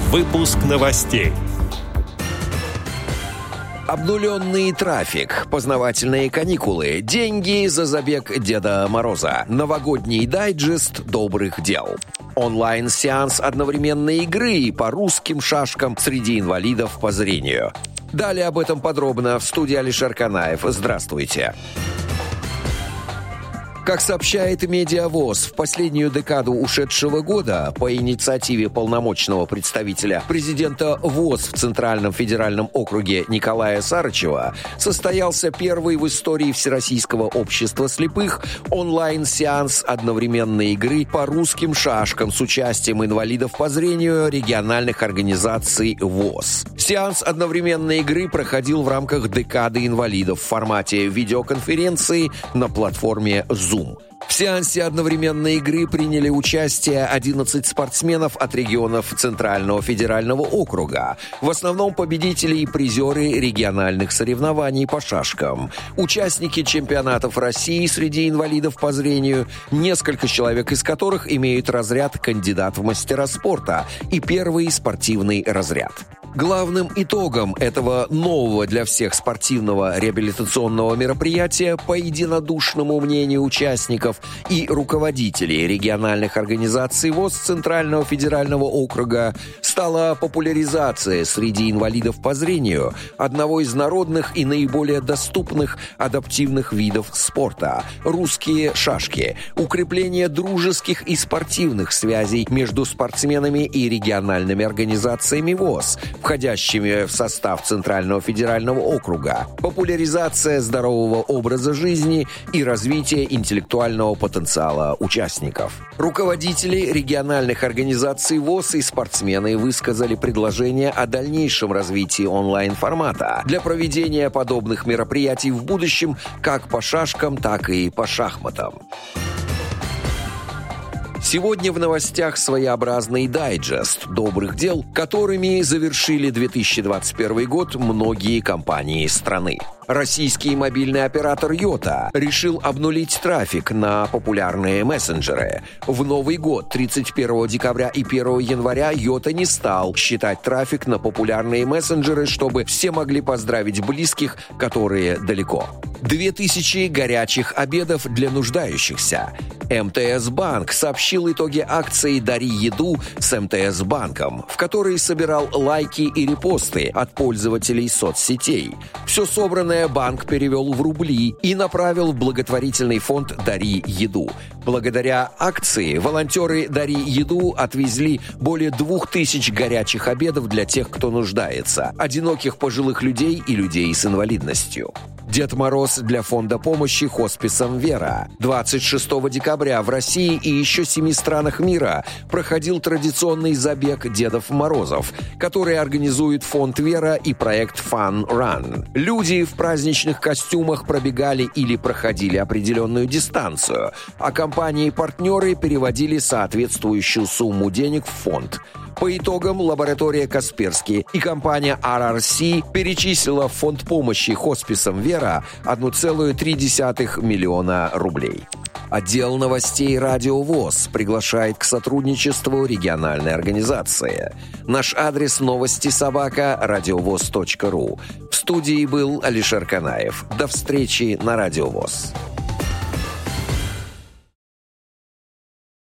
Выпуск новостей. Обнуленный трафик, познавательные каникулы, деньги за забег Деда Мороза, новогодний дайджест добрых дел, онлайн-сеанс одновременной игры по русским шашкам среди инвалидов по зрению. Далее об этом подробно в студии Алишер Канаев. Здравствуйте. Как сообщает Медиавоз, в последнюю декаду ушедшего года по инициативе полномочного представителя президента ВОС в Центральном федеральном округе Николая Сарычева состоялся первый в истории Всероссийского общества слепых онлайн-сеанс одновременной игры по русским шашкам с участием инвалидов по зрению региональных организаций ВОС. Сеанс одновременной игры проходил в рамках декады инвалидов в формате видеоконференции на платформе Zoom. В сеансе одновременной игры приняли участие 11 спортсменов от регионов Центрального федерального округа, в основном победители и призеры региональных соревнований по шашкам, участники чемпионатов России среди инвалидов по зрению, несколько человек из которых имеют разряд кандидат в мастера спорта и первый спортивный разряд. Главным итогом этого нового для всех спортивного реабилитационного мероприятия, по единодушному мнению участников и руководителей региональных организаций ВОС Центрального федерального округа, стала популяризация среди инвалидов по зрению одного из народных и наиболее доступных адаптивных видов спорта – русские шашки, укрепление дружеских и спортивных связей между спортсменами и региональными организациями ВОС, входящими в состав Центрального федерального округа, популяризация здорового образа жизни и развитие интеллектуального потенциала участников. Руководители региональных организаций ВОС и спортсмены высказали предложение о дальнейшем развитии онлайн-формата для проведения подобных мероприятий в будущем как по шашкам, так и по шахматам. Сегодня в новостях своеобразный дайджест добрых дел, которыми завершили 2021 год многие компании страны. Российский мобильный оператор Йота решил обнулить трафик на популярные мессенджеры. В Новый год, 31 декабря и 1 января, Йота не стал считать трафик на популярные мессенджеры, чтобы все могли поздравить близких, которые далеко. 2000 горячих обедов для нуждающихся. МТС-банк сообщил итоги акции «Дари еду» с МТС-банком, в которой собирал лайки и репосты от пользователей соцсетей. Все собранное банк перевел в рубли и направил в благотворительный фонд «Дари еду». Благодаря акции волонтеры «Дари еду» отвезли более 2000 горячих обедов для тех, кто нуждается, одиноких пожилых людей и людей с инвалидностью. Дед Мороз для фонда помощи хосписам «Вера». 26 декабря в России и еще 7 странах мира проходил традиционный забег Дедов Морозов, который организует фонд «Вера» и проект Fun Run. Люди в праздничных костюмах пробегали или проходили определенную дистанцию, а компании-партнеры переводили соответствующую сумму денег в фонд. По итогам лаборатория Касперский и компания RRC перечислила в фонд помощи хосписам «Вера» 1,3 миллиона рублей. Отдел новостей «Радио ВОС» приглашает к сотрудничеству региональной организации. Наш адрес новости@радиовоз.ру. В студии был Алишер Канаев. До встречи на Радио ВОС.